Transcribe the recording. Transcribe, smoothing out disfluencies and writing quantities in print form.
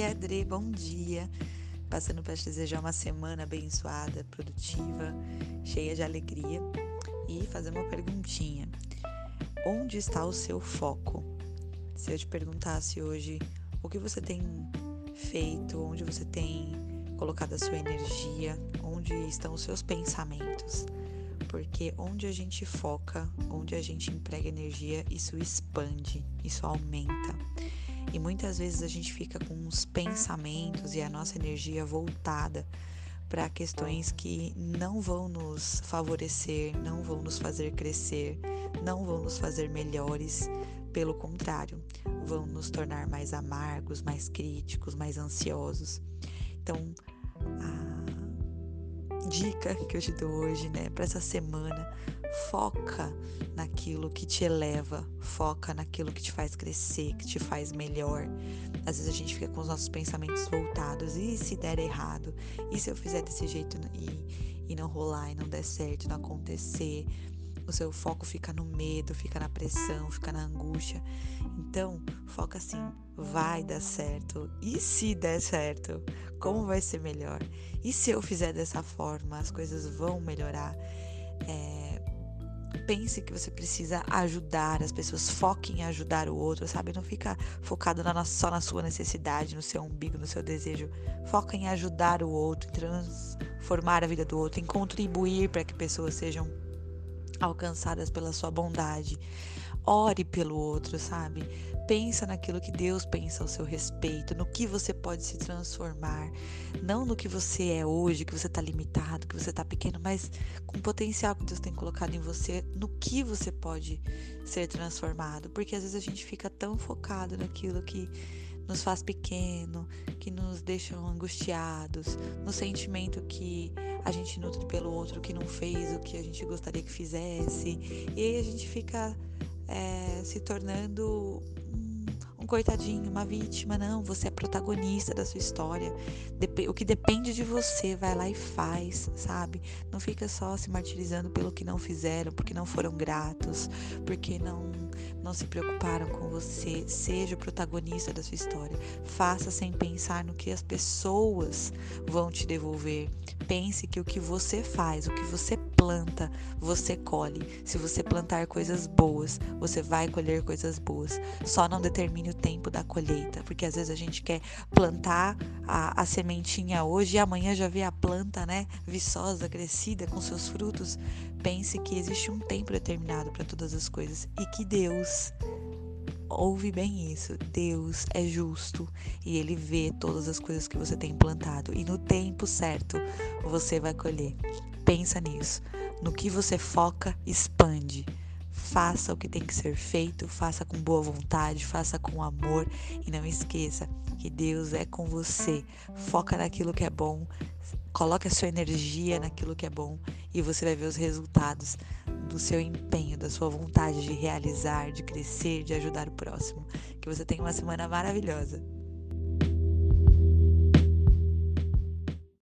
Adri, bom dia. Passando para te desejar uma semana abençoada, produtiva, cheia de alegria e fazer uma perguntinha. Onde está o seu foco? Se eu te perguntasse hoje o que você tem feito, onde você tem colocado a sua energia, onde estão os seus pensamentos? Porque onde a gente foca, onde a gente emprega energia, isso expande, isso aumenta. E muitas vezes a gente fica com os pensamentos e a nossa energia voltada para questões que não vão nos favorecer, não vão nos fazer crescer, não vão nos fazer melhores. Pelo contrário, vão nos tornar mais amargos, mais críticos, mais ansiosos. Então, a dica que eu te dou hoje, para essa semana, foca naquilo que te eleva, foca naquilo que te faz crescer, que te faz melhor. Às vezes a gente fica com os nossos pensamentos voltados, e se der errado? E se eu fizer desse jeito e não rolar, e não der certo, não acontecer? O seu foco fica no medo, fica na pressão, fica na angústia. Então, foca assim, vai dar certo. E se der certo, como vai ser melhor? E se eu fizer dessa forma, as coisas vão melhorar? Pense que você precisa ajudar as pessoas, foque em ajudar o outro, sabe? Não fica focado só na sua necessidade, no seu umbigo, no seu desejo. Foca em ajudar o outro, em transformar a vida do outro, em contribuir para que pessoas sejam alcançadas pela sua bondade. Ore pelo outro, sabe? Pensa naquilo que Deus pensa ao seu respeito, no que você pode se transformar, não no que você é hoje, que você está limitado, que você está pequeno, mas com o potencial que Deus tem colocado em você, no que você pode ser transformado, porque às vezes a gente fica tão focado naquilo que nos faz pequeno, que nos deixa angustiados, no sentimento que a gente nutre pelo outro que não fez o que a gente gostaria que fizesse, e aí a gente fica se tornando um coitadinho, uma vítima. Não, você é protagonista da sua história. O que depende de você, vai lá e faz, sabe? Não fica só se martirizando pelo que não fizeram, porque não foram gratos, porque não se preocuparam com você. Seja o protagonista da sua história. Faça sem pensar no que as pessoas vão te devolver. Pense que o que você faz, o que você planta, você colhe. Se você plantar coisas boas, você vai colher coisas boas. Só não determine o tempo da colheita, porque às vezes a gente quer plantar a sementinha hoje e amanhã já vê a planta, viçosa, crescida, com seus frutos. Pense que existe um tempo determinado para todas as coisas e que Deus, ouve bem isso, Deus é justo e Ele vê todas as coisas que você tem plantado e no tempo certo você vai colher. Pensa nisso. No que você foca, expande. Faça o que tem que ser feito, faça com boa vontade, faça com amor e não esqueça que Deus é com você. Foca naquilo que é bom, coloque a sua energia naquilo que é bom e você vai ver os resultados do seu empenho, da sua vontade de realizar, de crescer, de ajudar o próximo. Que você tenha uma semana maravilhosa.